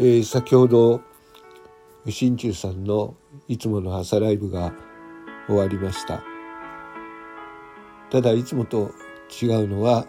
先ほど心中さんのいつもの朝ライブが終わりました。ただいつもと違うのは、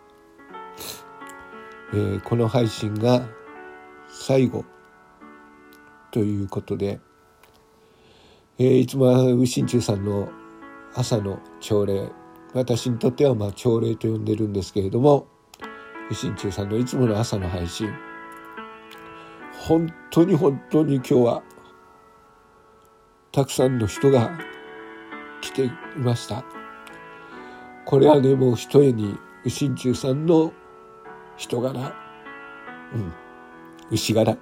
この配信が最後ということで、いつもは心中さんの朝の朝礼、私にとっては朝礼と呼んでるんですけれども、心中さんのいつもの朝の配信、本当に今日はたくさんの人が来ていました。これはね、もう一重に心中さんの人柄、牛柄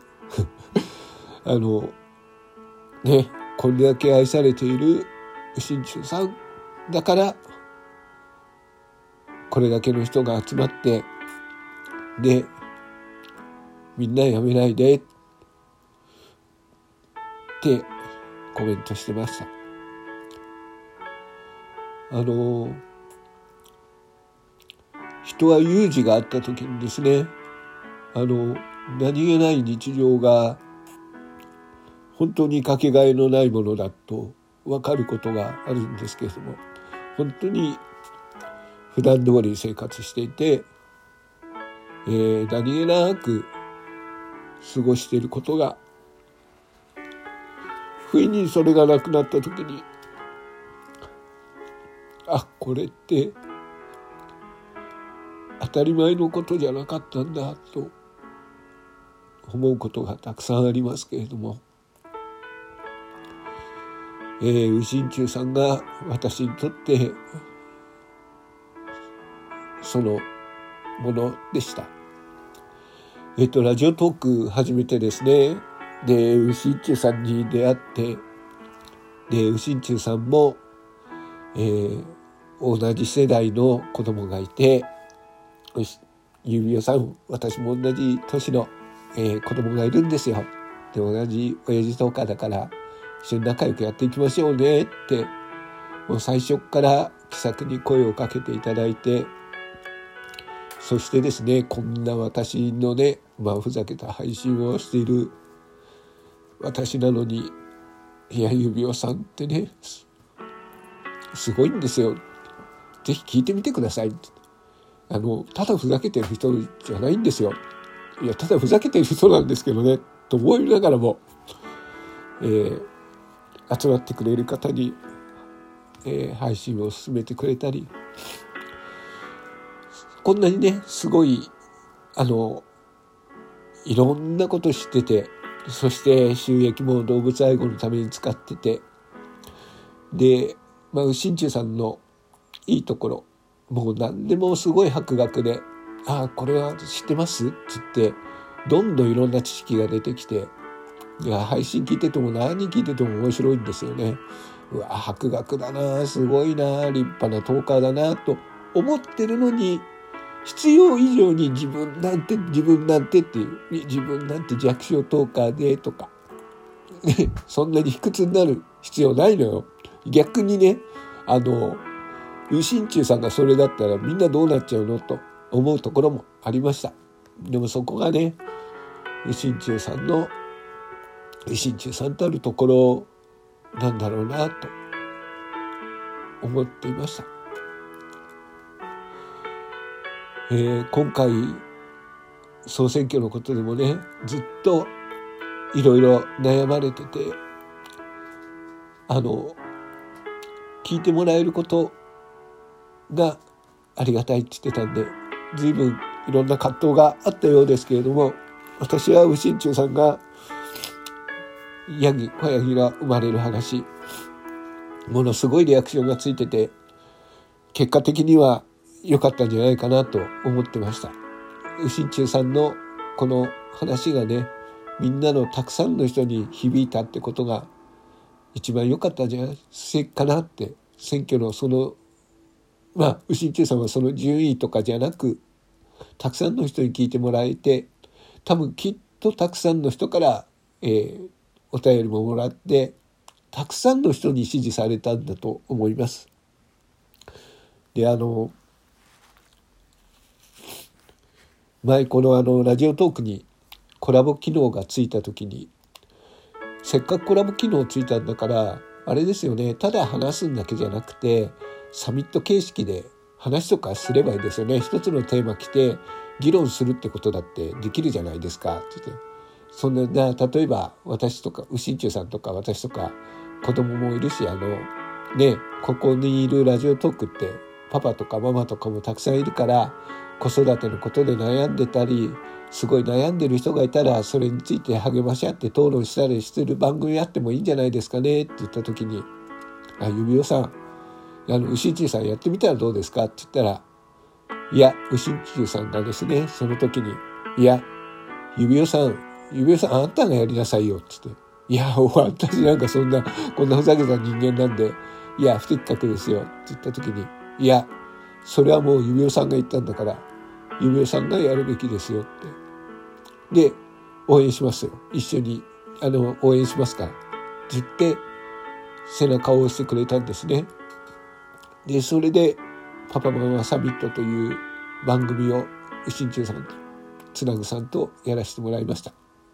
ね、これだけ愛されている心中さんだからこれだけの人が集まって、でみんなやめないでってコメントしてました。人は有事があった時にですね、何気ない日常が本当にかけがえのないものだと分かることがあるんですけれども、本当に普段通り生活していて、何気なく過ごしていることが、不意にそれがなくなった時に、これって当たり前のことじゃなかったんだと思うことがたくさんありますけれども、心中さんが私にとってそのものでした。ラジオトーク始めてですね、で心中さんに出会って、で心中さんも、同じ世代の子供がいて、指輪さん、私も同じ年の、子供がいるんですよ。で同じ親父とかだから一緒に仲良くやっていきましょうねって、もう最初から気さくに声をかけていただいて、そしてですね、こんな私のね、ふざけた配信をしている私なのに、いや指輪さんってね、すごいんですよ、ぜひ聞いてみてくださいって。ただふざけてる人じゃないんですよ。いや、ただふざけてる人なんですけどねと思いながらも、集まってくれる方に、配信を進めてくれたり、こんなにね、すごいいろんなこと知ってて、そして収益も動物愛護のために使ってて、で心中さんのいいところ、もう何でもすごい博学で、これは知ってますっつってどんどんいろんな知識が出てきて、いや配信聞いてても何聞いてても面白いんですよね。うわ、博学だな、すごいな、立派なトーカーだなと思ってるのに、必要以上に自分なんてっていう、自分なんて弱小トーカーでとかそんなに卑屈になる必要ないのよ。逆にね、心中さんがそれだったらみんなどうなっちゃうのと思うところもありました。でもそこがね、心中さんの心中さんたるところなんだろうなと思っていました。今回総選挙のことでもね、ずっといろいろ悩まれてて、聞いてもらえることがありがたいって言ってたんで、随分いろんな葛藤があったようですけれども、私は心中さんがヤギ小ヤギが生まれる話、ものすごいリアクションがついてて、結果的には良かったんじゃないかなと思ってました。心中さんのこの話がね、みんなのたくさんの人に響いたってことが一番良かったんじゃないかなって。選挙の心中さんはその順位とかじゃなく、たくさんの人に聞いてもらえて、多分きっとたくさんの人から、お便りももらって、たくさんの人に支持されたんだと思います。で前このラジオトークにコラボ機能がついた時に、せっかくコラボ機能ついたんだからあれですよね、ただ話すんだけじゃなくてサミット形式で話とかすればいいですよね。一つのテーマ来て議論するってことだってできるじゃないですかって言って、そんな例えば私とか右心中さんとか私とか子供もいるし、ここにいるラジオトークってパパとかママとかもたくさんいるから、子育てのことで悩んでたりすごい悩んでる人がいたらそれについて励まし合って討論したりする番組あってもいいんじゃないですかねって言った時に、指輪さん右心中さんやってみたらどうですかって言ったら、いや右心中さんがですね、その時にいや指輪さんあんたがやりなさいよって言って、いや私なんかこんなふざけた人間なんで、いや不適格ですよって言った時に、いやそれはもう指輪さんが言ったんだから指輪さんがやるべきですよって、で応援しますよ、一緒に応援しますからって言って背中を押してくれたんですね。でそれでパパママサミットという番組を右心中さんとつなぐさんとやらせてもらいました。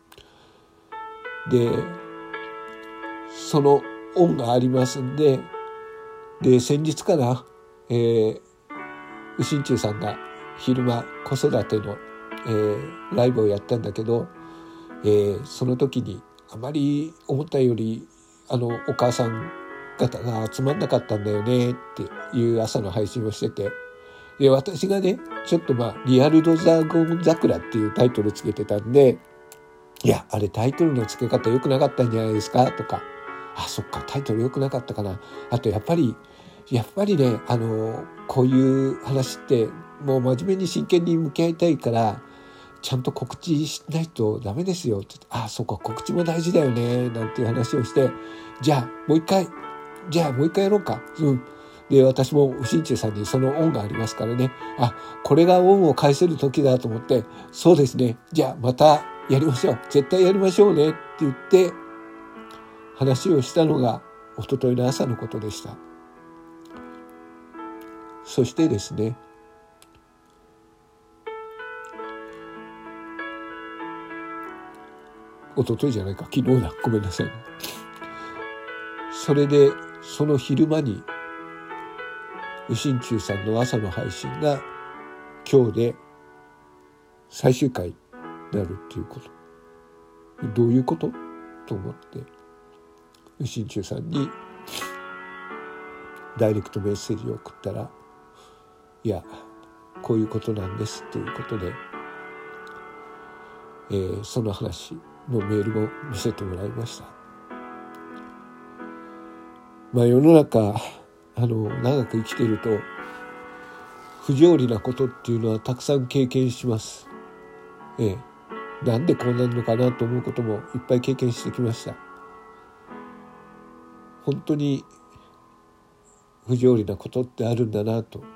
でその恩がありますんで、先日かな、右心中さんが昼間子育ての、ライブをやったんだけど、その時にあまり思ったよりお母さん方が集まんなかったんだよねっていう朝の配信をしてて、で私がねちょっとリアルドザゴン桜っていうタイトルつけてたんで、いやあれタイトルの付け方良くなかったんじゃないですかとか、そっかタイトル良くなかったかな、あとやっぱりねこういう話ってもう真面目に真剣に向き合いたいからちゃんと告知しないとダメですよって言って、そっか告知も大事だよねなんていう話をして、じゃあもう一回やろうか、で私も右心中さんにその恩がありますからね、これが恩を返せる時だと思って、そうですねじゃあまたやりましょう、絶対やりましょうねって言って話をしたのが一昨日の朝のことでした。そしてですね、一昨日じゃないか昨日だ、ごめんなさい。それでその昼間に右心中さんの朝の配信が今日で最終回になるっていうこと、どういうことと思って右心中さんにダイレクトメッセージを送ったら、いやこういうことなんですということで、その話のメールも見せてもらいました。世の中長く生きていると不条理なことっていうのはたくさん経験します。なんでこうなるのかなと思うこともいっぱい経験してきました。本当に不条理なことってあるんだなと。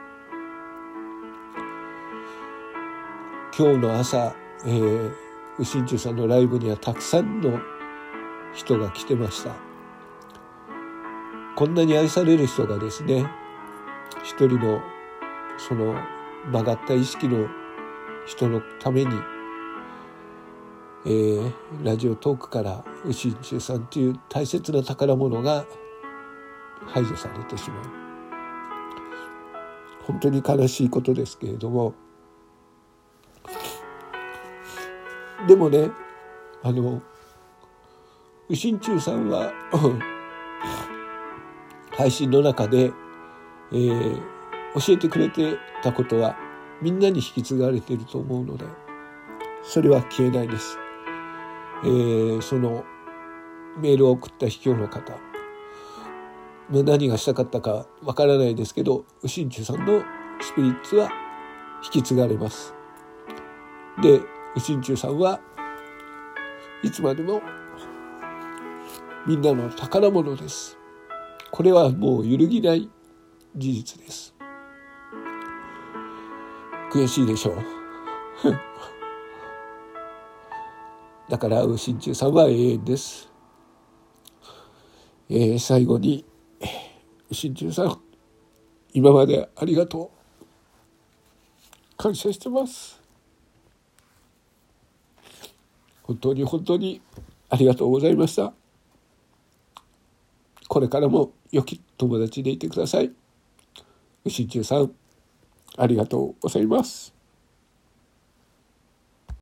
今日の朝、右心中さんのライブにはたくさんの人が来てました。こんなに愛される人がですね、一人のその曲がった意識の人のために、ラジオトークから右心中さんという大切な宝物が排除されてしまう。本当に悲しいことですけれども、でもね、右心中さんは配信の中で、教えてくれてたことはみんなに引き継がれていると思うので、それは消えないです。そのメールを送った卑怯の方、何がしたかったかわからないですけど、右心中さんのスピリッツは引き継がれます。で、右心中さんはいつまでもみんなの宝物です。これはもう揺るぎない事実です。悔しいでしょうだから右心中さんは永遠です。最後に右心中さん、今までありがとう、感謝してます。 本当に本当にありがとうございました。これからも良き友達でいてください。うしんちゅうさん、ありがとうございます。